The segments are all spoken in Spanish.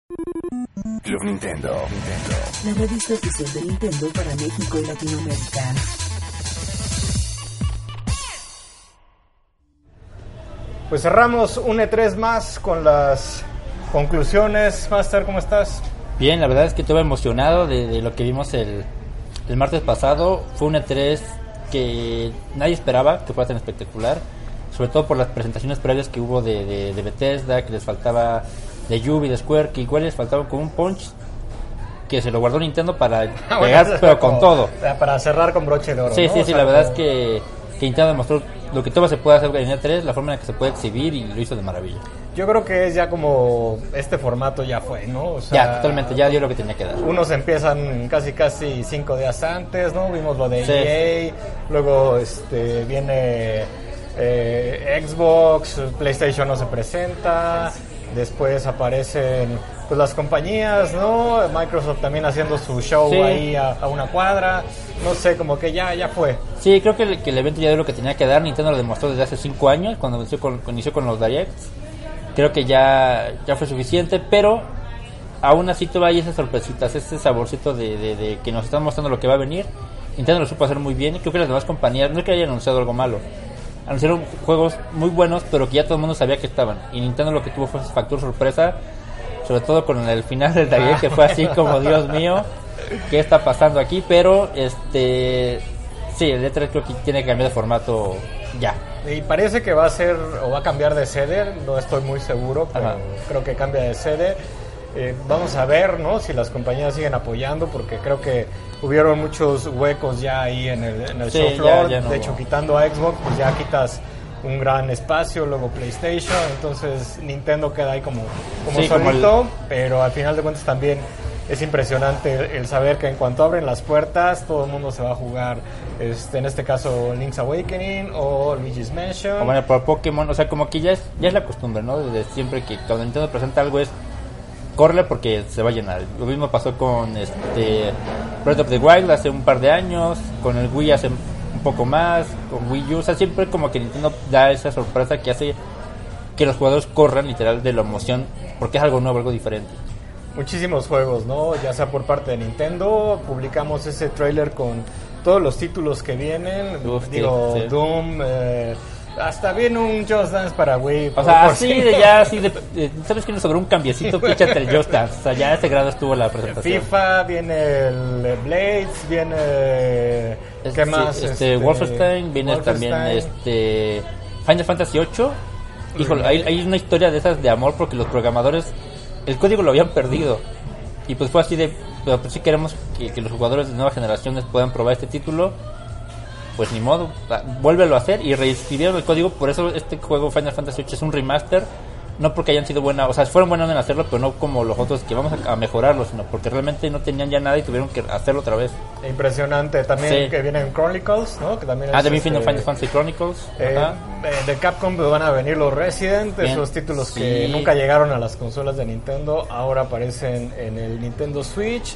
Club Nintendo. La revista oficial de Nintendo para México y Latinoamérica. Pues cerramos un E3 más con las conclusiones. Master, ¿cómo estás? Bien, la verdad es que estuve emocionado de lo que vimos el martes pasado. Fue un E3 que nadie esperaba que fuera tan espectacular, sobre todo por las presentaciones previas que hubo de Bethesda, que les faltaba de Yubi, de Square, que igual les faltaba con un punch que se lo guardó Nintendo para pegar, pero con todo. Para cerrar con broche de oro. Sí, ¿no? sí, la verdad es que Nintendo demostró lo que todo se puede hacer en E3, la forma en la que se puede exhibir, y lo hizo de maravilla. Yo creo que es ya como este formato ya fue, ¿no? O sea, ya, totalmente, ya dio lo que tenía que dar. Unos empiezan casi 5 días antes, ¿no? Vimos lo de Sí. EA, luego viene Xbox, PlayStation no se presenta, después aparecen pues las compañías, ¿no? Microsoft también haciendo su show Sí. ahí a una cuadra, no sé, como que ya fue. Sí, creo que el evento ya dio lo que tenía que dar. Nintendo lo demostró desde hace 5 años, cuando inició con los Directs. Creo que ya fue suficiente, pero aún así todavía hay esas sorpresitas, ese saborcito de que nos están mostrando lo que va a venir. Nintendo lo supo hacer muy bien, y creo que las demás compañías, no es que hayan anunciado algo malo, anunciaron juegos muy buenos, pero que ya todo el mundo sabía que estaban, y Nintendo lo que tuvo fue ese factor sorpresa, sobre todo con el final del Direct, que fue así como, Dios mío, ¿qué está pasando aquí? Pero sí, el E3 creo que tiene que cambiar de formato ya. Y parece que va a ser o va a cambiar de sede, no estoy muy seguro, pero Ajá. creo que cambia de sede. Vamos a ver, ¿no? Si las compañías siguen apoyando, porque creo que hubieron muchos huecos ya ahí en el Sí, show floor. ya no de hecho, hubo. quitando a Xbox, pues ya quitas un gran espacio, luego PlayStation, entonces Nintendo queda ahí como Sí, solito, pero al final de cuentas también es impresionante el saber que en cuanto abren las puertas todo el mundo se va a jugar, en este caso Link's Awakening o Luigi's Mansion. O bueno, por Pokémon, o sea, como que ya es la costumbre, ¿no? Desde siempre que cuando Nintendo presenta algo es córrele porque se va a llenar. Lo mismo pasó con Breath of the Wild hace un par de años, con el Wii hace un poco más, con Wii U, o sea, siempre como que Nintendo da esa sorpresa que hace que los jugadores corran literal de la emoción, porque es algo nuevo, algo diferente. Muchísimos juegos, ¿no? Ya sea por parte de Nintendo, publicamos ese trailer con todos los títulos que vienen. Uf, sí. Doom, hasta viene un Just Dance para Wii. O sea, así ¿sabes qué? Sobre un cambiecito, píchate el Just Dance. O sea, ya a ese grado estuvo la presentación. FIFA, viene el Blades, viene... ¿Qué más? Wolfenstein, viene también Final Fantasy VIII. Híjole, hay una historia de esas de amor, porque los programadores el código lo habían perdido, y pues fue así pero pues sí queremos que los jugadores de nuevas generaciones puedan probar este título, pues ni modo, vuélvelo a hacer, y reescribieron el código. Por eso este juego Final Fantasy VIII es un remaster, no porque hayan sido buenas, o sea, fueron buenas en hacerlo, pero no como los otros que vamos a mejorarlo, sino porque realmente no tenían ya nada y tuvieron que hacerlo otra vez. Impresionante también, Sí. Que vienen Chronicles, ¿no? Que también También Final Fantasy Chronicles. Ajá. De Capcom pues, van a venir los Resident, Bien. esos títulos Sí. que nunca llegaron a las consolas de Nintendo, ahora aparecen en el Nintendo Switch.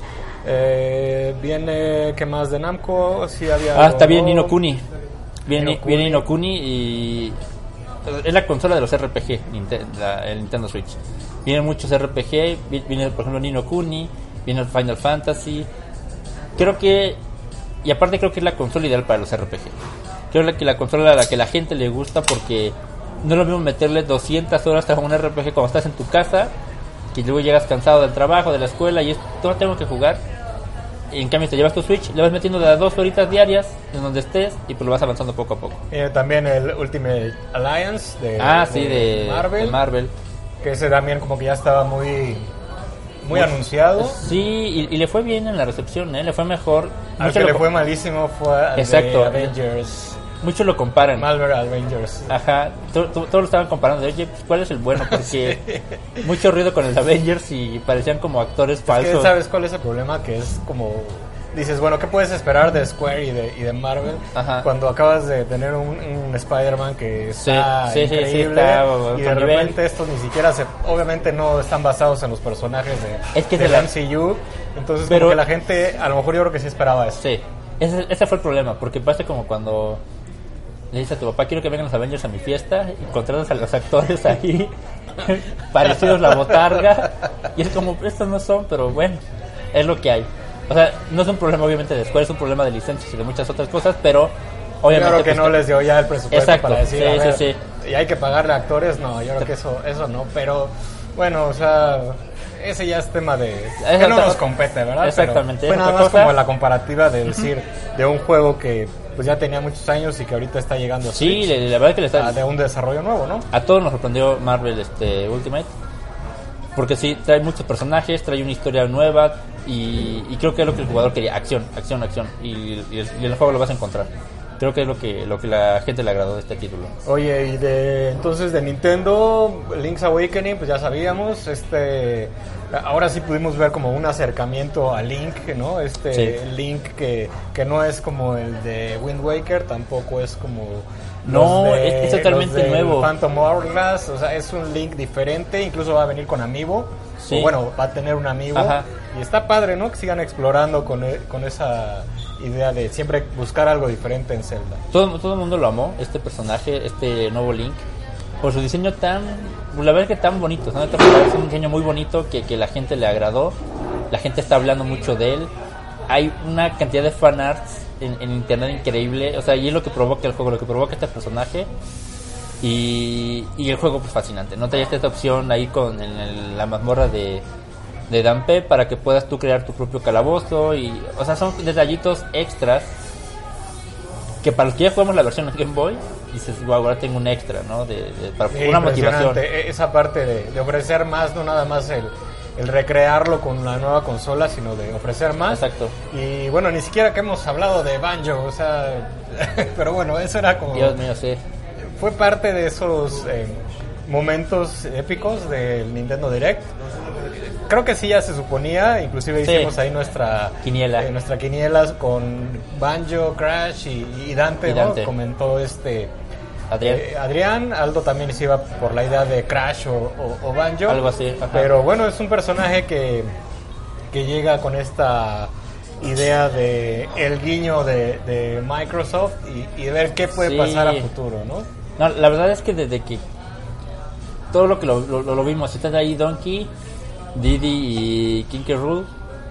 Viene, ¿qué más de Namco? Sí, había Está bien algo, Ni no ¿no? Kuni. Viene Ni no Kuni. Ni no Kuni, y es la consola de los RPG, el Nintendo Switch. Vienen muchos RPG, viene por ejemplo Ni no Kuni, viene el Final Fantasy. Creo que es la consola ideal para los RPG. Creo que la consola a la que la gente le gusta, porque no es lo mismo meterle 200 horas a un RPG cuando estás en tu casa, que luego llegas cansado del trabajo, de la escuela, y no tengo que jugar. En cambio, te llevas tu Switch, le vas metiendo de 2 horitas diarias en donde estés, y pues lo vas avanzando poco a poco. También el Ultimate Alliance de de Marvel. Que ese también como que ya estaba muy anunciado. Sí, y le fue bien en la recepción, le fue mejor. Al que le fue malísimo fue al Exacto. de Avengers. Muchos lo comparan. Malware Avengers. Ajá, todos lo estaban comparando. De, oye, pues, ¿cuál es el bueno? Porque mucho ruido con el Avengers y parecían como actores falsos. Que ¿sabes cuál es el problema? Que es como... Dices, bueno, ¿qué puedes esperar de Square y de Marvel? Ajá. Cuando acabas de tener un Spider-Man que está increíble, está, y de repente estos ni siquiera obviamente no están basados en los personajes del MCU, entonces pero, como que la gente, a lo mejor yo creo que sí esperaba eso. Sí, ese fue el problema, porque pasa como cuando le dices a tu papá, quiero que vengan los Avengers a mi fiesta, y contratas a los actores ahí, parecidos la botarga, y es como, estos no son, pero bueno, es lo que hay. O sea, no es un problema obviamente de Square, es un problema de licencias y de muchas otras cosas, pero obviamente... Claro que pues, no les dio ya el presupuesto. Exacto, para decir, sí, a ver, sí. y hay que pagarle a actores, no, yo creo que eso no, pero bueno, o sea, ese ya es tema de... que no nos compete, ¿verdad? Exactamente. Pero fue nada más como la comparativa de decir, de un juego que pues ya tenía muchos años y que ahorita está llegando a Sí, Switch, la verdad es que le está... de un desarrollo nuevo, ¿no? A todos nos sorprendió Marvel Ultimate, porque sí, trae muchos personajes, trae una historia nueva, y creo que es lo que el jugador quería, acción, y en el juego lo vas a encontrar. Creo que es lo que la gente le agradó de este título. Oye, y entonces de Nintendo, Link's Awakening, pues ya sabíamos, ahora sí pudimos ver como un acercamiento a Link, ¿no? Sí. Link que no es como el de Wind Waker, tampoco es como No, es totalmente nuevo. Phantom Hourglass, o sea, es un Link diferente, incluso va a venir con amiibo, sí. o bueno, va a tener un amiibo. Ajá. Y está padre, ¿no? Que sigan explorando con esa idea de siempre buscar algo diferente en Zelda. Todo el mundo lo amó, este personaje, este nuevo Link, por su diseño la verdad es que tan bonito, ¿no? Es un diseño muy bonito que la gente le agradó, la gente está hablando mucho de él, hay una cantidad de fanarts en internet increíble, o sea, y es lo que provoca el juego, lo que provoca este personaje, y el juego pues fascinante, ¿no? Trae esta opción ahí en la mazmorra de Dampe para que puedas tú crear tu propio calabozo, y o sea, son detallitos extras que para los que ya jugamos la versión en Game Boy dices, wow, ahora tengo un extra, ¿no? Para una motivación. Esa parte de ofrecer más, no nada más el recrearlo con la nueva consola, sino de ofrecer más. Exacto. Y bueno, ni siquiera que hemos hablado de Banjo, o sea, pero bueno, eso era como... Dios mío, sí. Fue parte de esos momentos épicos del Nintendo Direct. Creo que sí ya se suponía, inclusive hicimos ahí nuestra quiniela, nuestra quiniela con Banjo, Crash y Dante, ¿no? Comentó Adrián, Aldo también se iba por la idea de Crash o Banjo, algo así, ajá. Pero bueno, es un personaje que llega con esta idea de el guiño de Microsoft y de ver qué puede pasar a futuro, ¿no? No, la verdad es que desde que todo lo que lo vimos, está ahí Donkey, Diddy y King K. Rool,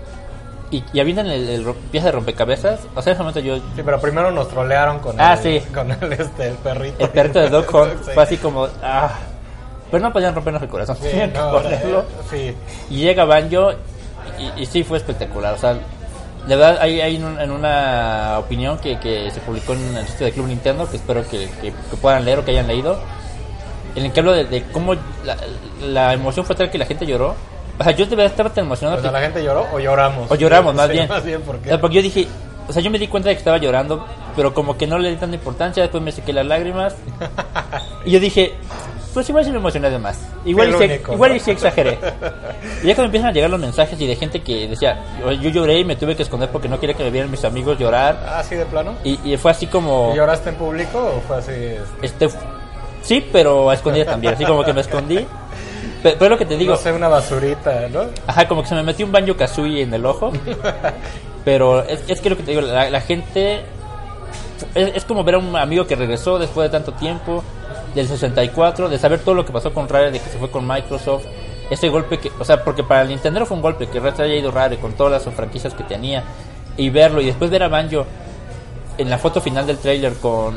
y avientan el pieza de rompecabezas. O sea, en ese momento yo... Sí, pero primero nos trolearon con sí. Con el perrito. El perrito de Doc Hunt. Sí. Fue así como... Pero no podían rompernos el corazón. Sí, tenían que ponerlo. Sí. Y llega Banjo y sí fue espectacular. O sea, de verdad hay en una opinión que se publicó en el sitio de Club Nintendo, que espero que puedan leer o que hayan leído, en el que hablo de cómo la emoción fue tal que la gente lloró. O sea, yo de verdad estaba tan emocionado. O sea, ¿la gente lloró o lloramos? O lloramos, más bien. Más bien, ¿por qué? O sea, porque yo dije... O sea, yo me di cuenta de que estaba llorando, pero como que no le di tanta importancia. Después me sequé las lágrimas. Y yo dije... Pues igual sí me emocioné de más. Igual y sí exageré. Y ya que me empiezan a llegar los mensajes y de gente que decía... Yo lloré y me tuve que esconder porque no quería que me vieran mis amigos llorar. ¿Así de plano? Y fue así como... ¿Y lloraste en público o fue así? Sí, pero a escondidas también. Así como que me escondí. Pero es lo que te digo. No sé, una basurita, ¿no? Ajá, como que se me metió un Banjo-Kazooie en el ojo. Pero es que lo que te digo, la gente... Es como ver a un amigo que regresó después de tanto tiempo, del 64, de saber todo lo que pasó con Rare, de que se fue con Microsoft. Ese golpe que... O sea, porque para el Nintendo fue un golpe que Rare haya ido Rare con todas las franquicias que tenía. Y verlo, y después ver a Banjo en la foto final del trailer con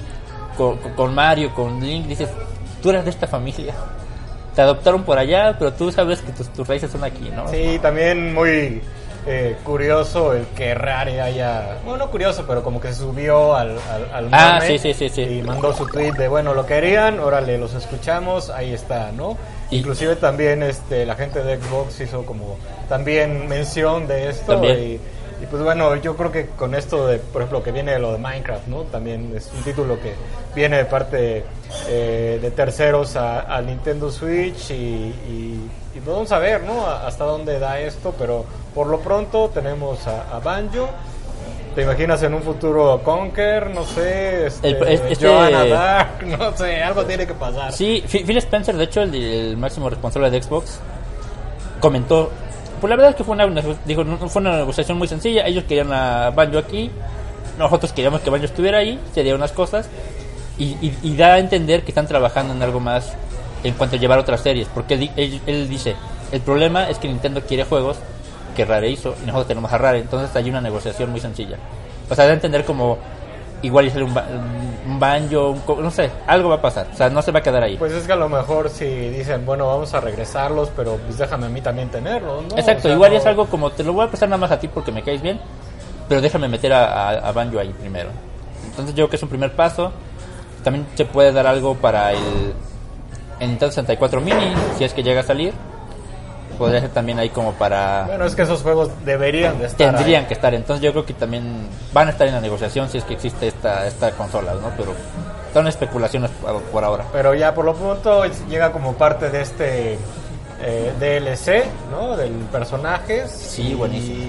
Mario, con Link, dices, tú eres de esta familia. Te adoptaron por allá, pero tú sabes que tus raíces son aquí, ¿no? Sí, también muy curioso el que Rare haya... Bueno, no curioso, pero como que se subió al mame. Sí. Y mandó su tweet de, bueno, lo querían, órale, los escuchamos, ahí está, ¿no? Inclusive también la gente de Xbox hizo como también mención de esto. También. Y pues bueno, yo creo que con esto de, por ejemplo, que viene de lo de Minecraft, ¿no? También es un título que viene de parte de terceros al Nintendo Switch y pues vamos a ver, ¿no? Hasta dónde da esto, pero por lo pronto tenemos a Banjo. ¿Te imaginas en un futuro Conker? No sé, Joanna Dark, no sé, algo tiene que pasar. Sí, Phil Spencer, de hecho, el máximo responsable de Xbox, comentó... Pues la verdad es que fue una negociación muy sencilla. Ellos querían a Banjo aquí, nosotros queríamos que Banjo estuviera ahí, se dieron unas cosas y da a entender que están trabajando en algo más en cuanto a llevar otras series, porque él dice, el problema es que Nintendo quiere juegos que Rare hizo y nosotros tenemos a Rare, entonces hay una negociación muy sencilla. O sea, de entender como igual y sale un Banjo, no sé, algo va a pasar, o sea, no se va a quedar ahí. Pues es que a lo mejor si dicen, bueno, vamos a regresarlos, pero pues déjame a mí también tenerlos, ¿no? Exacto, o sea, igual no... es algo como, te lo voy a prestar nada más a ti porque me caes bien, pero déjame meter a Banjo ahí primero. Entonces yo creo que es un primer paso. También se puede dar algo para el Nintendo 64 Mini, si es que llega a salir. Podría ser también ahí como para... Bueno, es que esos juegos deberían de estar Tendrían ahí. que estar, entonces yo creo que también van a estar en la negociación si es que existe esta consola, ¿no? Pero son especulaciones por ahora. Pero ya por lo pronto llega como parte de este DLC, ¿no? Del personaje. Sí, buenísimo.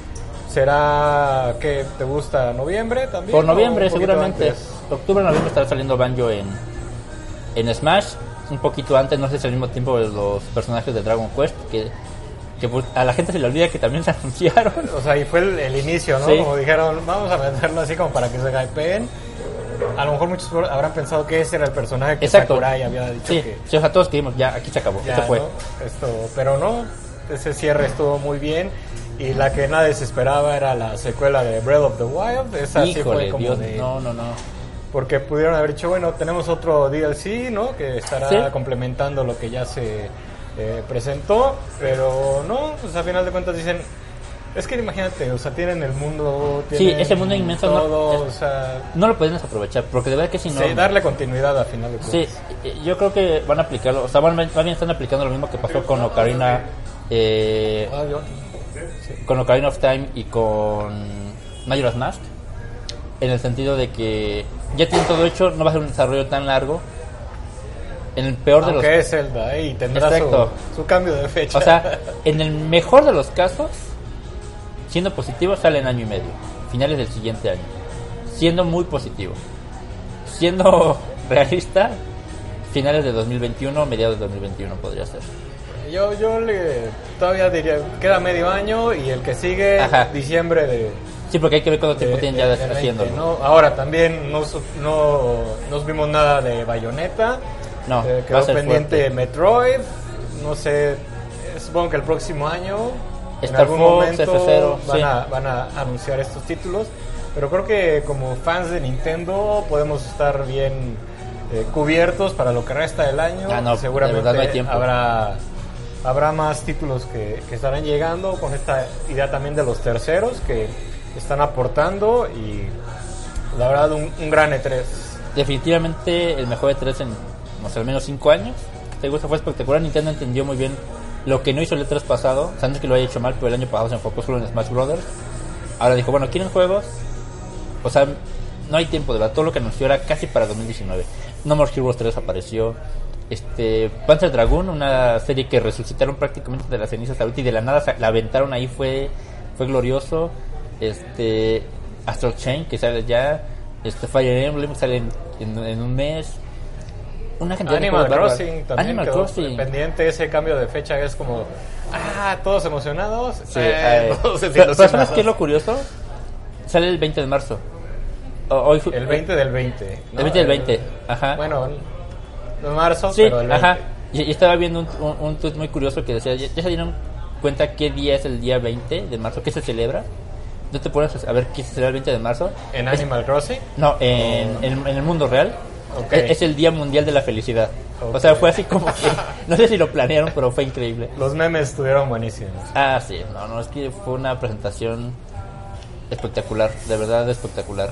¿Será que te gusta noviembre también? Por noviembre ¿O un poquito seguramente. antes? Octubre, noviembre estará saliendo Banjo en Smash. Un poquito antes, no sé si al mismo tiempo de los personajes de Dragon Quest, que pues, a la gente se le olvida que también se anunciaron. O sea, y fue el inicio, ¿no? Sí. Como dijeron, vamos a meterlo así como para que se hypeen. A lo mejor muchos habrán pensado que ese era el personaje que Exacto. Sakurai había dicho Sí, que... sí, o sea, todos creímos, ya, aquí se acabó, Ya, esto fue. ¿no? Pero no, ese cierre estuvo muy bien. Y la que nadie se esperaba era la secuela de Breath of the Wild. Esa sí fue Híjole, como Dios, de... no. Porque pudieron haber dicho, bueno, tenemos otro DLC, ¿no? Que estará Sí. complementando lo que ya se presentó. Pero no, pues a final de cuentas dicen... Es que imagínate, o sea, tienen el mundo... Sí, Tienen ese mundo inmenso todo, no, o sea... No lo pueden desaprovechar, porque de verdad que si no... Sí, darle continuidad a final de cuentas. Sí, yo creo que van a aplicarlo, o sea, más bien están aplicando lo mismo que pasó con Ocarina, Ah, yo- con Ocarina of Time y con Majora's Mask, en el sentido de que ya tienen todo hecho, no va a ser un desarrollo tan largo. En el peor de los... Aunque es Zelda, y tendrá Exacto. su cambio de fecha. O sea, en el mejor de los casos, siendo positivo, sale en año y medio, finales del siguiente año. Siendo muy positivo. Siendo realista, finales de 2021, mediados de 2021 podría ser. Yo todavía diría, queda medio año y el que sigue, Ajá. diciembre de... Sí, porque hay que ver cuánto tiempo tienen ya de 20, haciéndolo. ¿no? Ahora también no vimos nada de Bayonetta. No, va Quedó a ser pendiente fuerte. Metroid. No sé, supongo que el próximo año, en Star algún Fox, momento, F0, sí. van a anunciar estos títulos. Pero creo que como fans de Nintendo podemos estar bien cubiertos para lo que resta del año. Ah, no, seguramente de verdad no hay tiempo. habrá más títulos que estarán llegando con esta idea también de los terceros que están aportando, y la verdad un gran E3. Definitivamente el mejor E3 en, no sé, al menos 5 años. Te gusta, fue espectacular. Nintendo entendió muy bien lo que no hizo el E3 pasado. O sea, no es que lo haya hecho mal, pero el año pasado se enfocó solo en Smash Brothers. Ahora dijo, bueno, ¿quieren juegos? O sea, no hay tiempo, de verdad. Todo lo que anunció era casi para 2019. No More Heroes 3 apareció. Panzer Dragoon, una serie que resucitaron prácticamente de las cenizas ahorita y de la nada la aventaron ahí, fue glorioso. Astral Chain, que sale ya. Fire Emblem sale en un mes. Una cantidad Animal de juegos Crossing bárbaros. también Animal quedó Crossing. pendiente. Ese cambio de fecha es como, todos emocionados. Sí, todos pero ¿sabes desilusionados. qué es lo curioso? Sale el 20 de marzo. El 20 del 20. ¿no? El 20 del 20, ajá. Bueno, no en marzo, Sí, pero el 20. ajá. Y estaba viendo un tweet muy curioso que decía, ¿ya se dieron cuenta qué día es el día 20 de marzo? ¿Qué se celebra? ¿No te pones a ver qué se celebra el 20 de marzo? ¿En Animal Crossing? No, en el mundo real. Ok. Es el Día Mundial de la Felicidad. Ok. O sea, fue así como que... No sé si lo planearon, pero fue increíble. Los memes estuvieron buenísimos. Ah, sí. No, es que fue una presentación espectacular. De verdad, espectacular.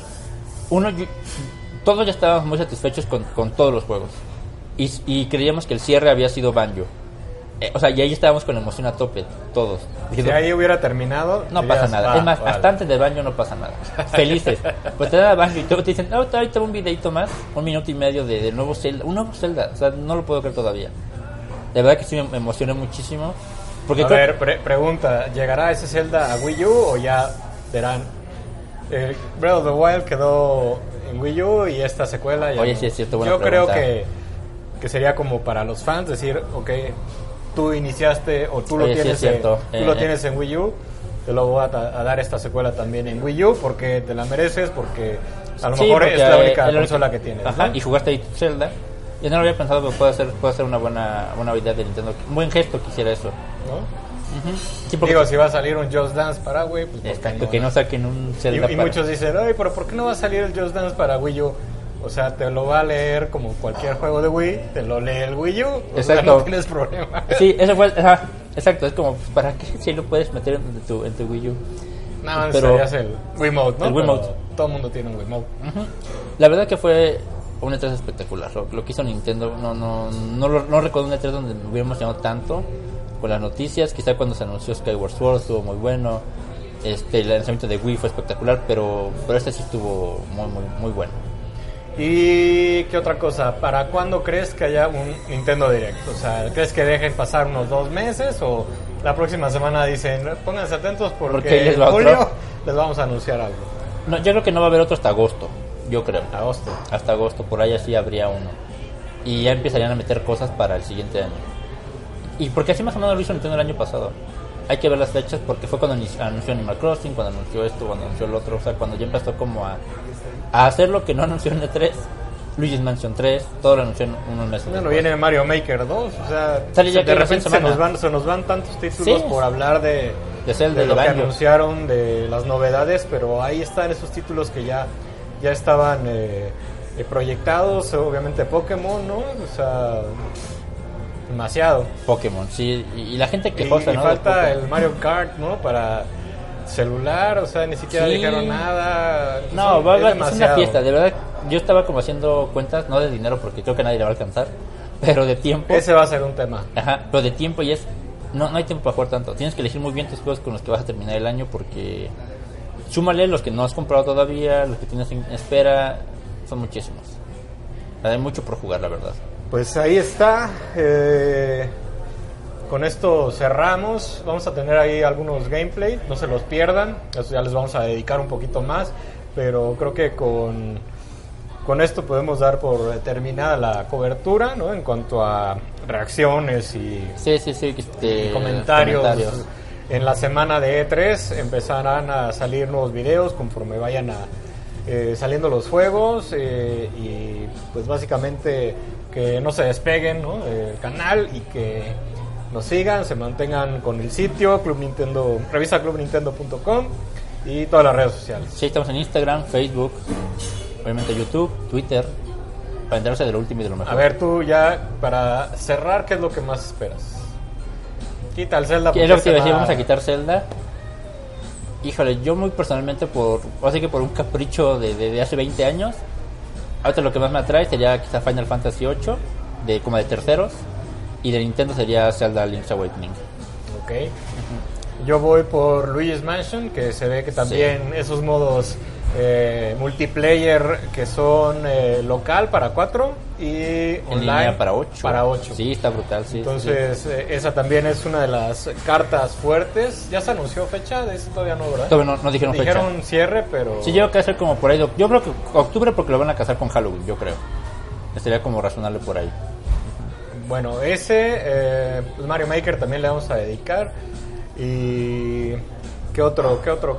Todos ya estábamos muy satisfechos con todos los juegos. Y creíamos que el cierre había sido Banjo. O sea, y ahí estábamos con emoción a tope, todos. Si ahí hubiera terminado, No dirías, pasa nada. Es más, vale. hasta antes de Banjo no pasa nada. Felices. Pues te dan a Banjo y luego te dicen, ahorita un videito más, 1 minuto y medio de nuevo Zelda. Un nuevo Zelda. O sea, no lo puedo creer todavía. De verdad que sí me emocioné muchísimo. Porque A ver, pregunta, ¿llegará ese Zelda a Wii U o ya verán? Breath of the Wild quedó en Wii U y esta secuela ya Oye, no. sí, es cierto, buena Yo creo pregunta. que sería como para los fans decir, ok, tú iniciaste o tú lo Oye, sí, tienes es cierto. tú lo tienes en Wii U, te lo voy a dar esta secuela también en Wii U porque te la mereces, porque a lo Sí, mejor porque es la única es la consola única- que tienes, Ajá, ¿no? y jugaste ahí tu Zelda. Yo no lo había pensado, pero puede ser una buena idea de Nintendo. Un buen gesto que hiciera eso. ¿no? Sí, porque Digo, si va a salir un Just Dance para Wii, pues exacto, que no saquen un Zelda y muchos dicen, ay, pero ¿por qué no va a salir el Just Dance para Wii U? O sea, te lo va a leer como cualquier juego de Wii, te lo lee el Wii U, o sea, no tienes problema. Sí, eso fue, exacto, es como, ¿para qué si lo puedes meter en tu Wii U? No, necesitarías el Wiimote, ¿no? El Wiimote. Todo el mundo tiene un Wiimote. La verdad que fue un E3 espectacular, lo que hizo Nintendo, no recuerdo un E3 donde me hubiera emocionado tanto con las noticias. Quizá cuando se anunció Skyward Sword estuvo muy bueno, el lanzamiento de Wii fue espectacular, pero este sí estuvo muy bueno. ¿Y qué otra cosa? ¿Para cuándo crees que haya un Nintendo Direct? O sea, ¿crees que dejen pasar unos 2 meses o la próxima semana dicen, pónganse atentos porque en julio les vamos a anunciar algo? No, yo creo que no va a haber otro hasta agosto, yo creo. Agosto. Hasta agosto, por ahí así habría uno. Y ya empezarían a meter cosas para el siguiente año. Y porque así más o menos lo hizo Nintendo el año pasado. Hay que ver las fechas porque fue cuando anunció Animal Crossing, cuando anunció esto, cuando anunció el otro. O sea, cuando ya empezó como a hacer lo que no anunció en E3. Luigi's Mansion 3, todo lo anunció en unos meses. Bueno, viene Mario Maker 2, o sea, de repente se nos van tantos títulos, ¿sí? Por hablar de Zelda, de lo que anunciaron, de las novedades, pero ahí están esos títulos que ya estaban proyectados, obviamente Pokémon, ¿no? O sea, demasiado. Pokémon, sí, y la gente que y falta el Mario Kart, ¿no? Para celular, o sea, ni siquiera dijeron nada. No, es una fiesta, de verdad. Yo estaba como haciendo cuentas, no de dinero porque creo que nadie le va a alcanzar, pero de tiempo. Ese va a ser un tema. Ajá, pero de tiempo y no hay tiempo para jugar tanto. Tienes que elegir muy bien tus juegos con los que vas a terminar el año porque súmale los que no has comprado todavía, los que tienes en espera, son muchísimos. Hay mucho por jugar, la verdad. Pues ahí está. Con esto cerramos. Vamos a tener ahí algunos gameplay, no se los pierdan. Eso ya les vamos a dedicar un poquito más, pero creo que con esto podemos dar por terminada la cobertura, ¿no? En cuanto a reacciones y comentarios. En la semana de E3 empezarán a salir nuevos videos conforme vayan saliendo los juegos y pues básicamente que no se despeguen, ¿no? Del canal y que nos sigan, se mantengan con el sitio Club Nintendo, revista clubnintendo.com y todas las redes sociales. Sí, estamos en Instagram, Facebook, obviamente YouTube, Twitter, para enterarse de lo último y de lo mejor. A ver, tú ya, para cerrar, ¿qué es lo que más esperas? Quita el Zelda. ¿Qué es lo que te decía? Vamos a quitar Zelda. Híjole, yo muy personalmente, así que por un capricho de hace 20 años, ahorita lo que más me atrae sería quizá Final Fantasy VIII, como de terceros, y de Nintendo sería Zelda Link's Awakening. Ok. Yo voy por Luigi's Mansion, que se ve que también esos modos multiplayer que son local para 4 y online para 8. Sí, está brutal. Sí, entonces, esa también es una de las cartas fuertes. ¿Ya se anunció fecha? De eso todavía no, ¿verdad? Todavía no dijeron fecha. Dijeron cierre, pero... Sí, yo creo que hacer como por ahí. Yo creo que octubre porque lo van a casar con Halloween, yo creo. Estaría como razonable por ahí. Bueno, ese Mario Maker también le vamos a dedicar. Y... ¿Qué otro?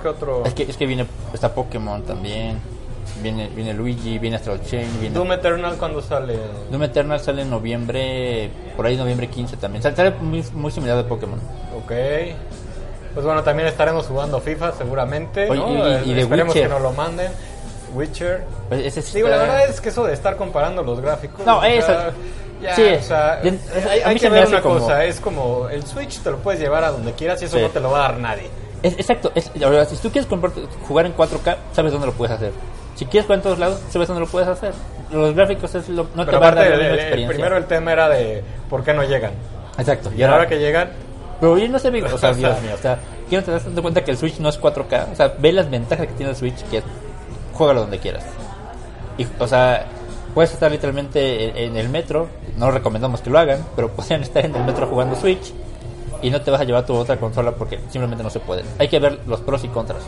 Es que está Pokémon también. Viene Luigi, viene Astral Chain, Doom Eternal, ¿cuándo sale? Doom Eternal sale en noviembre, por ahí noviembre 15 también. Sale muy similar de Pokémon. Ok. Pues bueno, también estaremos jugando FIFA seguramente. Oye, ¿no? y de esperemos Witcher. Que nos lo manden. Witcher. Pues ese sí digo, la verdad es que eso de estar comparando los gráficos. No, eso. Ya, sí, o sea, hay que ver una cosa. Es como el Switch te lo puedes llevar a donde quieras y eso no te lo va a dar nadie. Exacto, si tú quieres jugar en 4K, sabes dónde lo puedes hacer. Si quieres jugar en todos lados, sabes dónde lo puedes hacer. Los gráficos no pero te van a dar la misma experiencia. Primero el tema era de por qué no llegan. Exacto. Y ahora que llegan... Pero yo no sé, o sea, Dios mío, o sea, quiero te das cuenta que el Switch no es 4K. O sea, ve las ventajas que tiene el Switch, que es, juégalo donde quieras. Y, o sea, puedes estar literalmente en el metro, no recomendamos que lo hagan, pero podrían estar en el metro jugando Switch y no te vas a llevar tu otra consola porque simplemente no se puede. Hay que ver los pros y contras.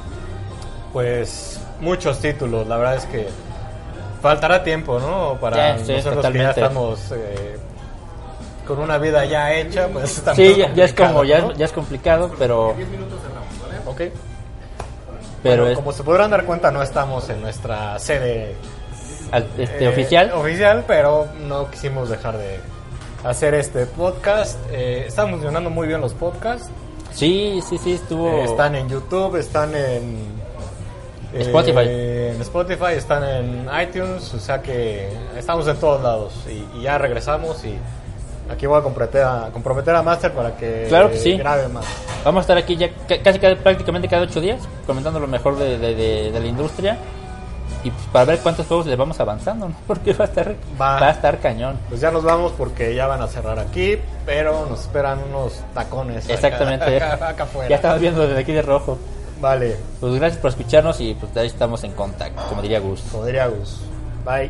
Pues muchos títulos, la verdad es que faltará tiempo, ¿no? Para nosotros totalmente. Que ya estamos con una vida ya hecha, pues está ya es como, ¿no? ya es complicado, pero... 10 minutos cerramos, ¿vale? Ok. Pero bueno, como se podrán dar cuenta, no estamos en nuestra sede oficial, pero no quisimos dejar de hacer este podcast. Están funcionando muy bien los podcasts. Sí, estuvo... están en YouTube, están en Spotify, están en iTunes, o sea que estamos en todos lados y ya regresamos y aquí voy a comprometer a Master para que, claro que sí, grabe más. Vamos a estar aquí ya prácticamente cada 8 días comentando lo mejor de la industria y pues para ver cuántos juegos le vamos avanzando, ¿no? Porque va a estar cañón. Pues ya nos vamos porque ya van a cerrar aquí, pero nos esperan unos tacones. Exactamente. Acá afuera. Ya estamos viendo desde aquí de rojo. Vale. Pues gracias por escucharnos y pues ahí estamos en contacto, como diría Gus. Bye.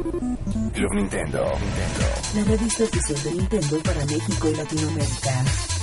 Club Nintendo. La revista oficial de Nintendo para México y Latinoamérica.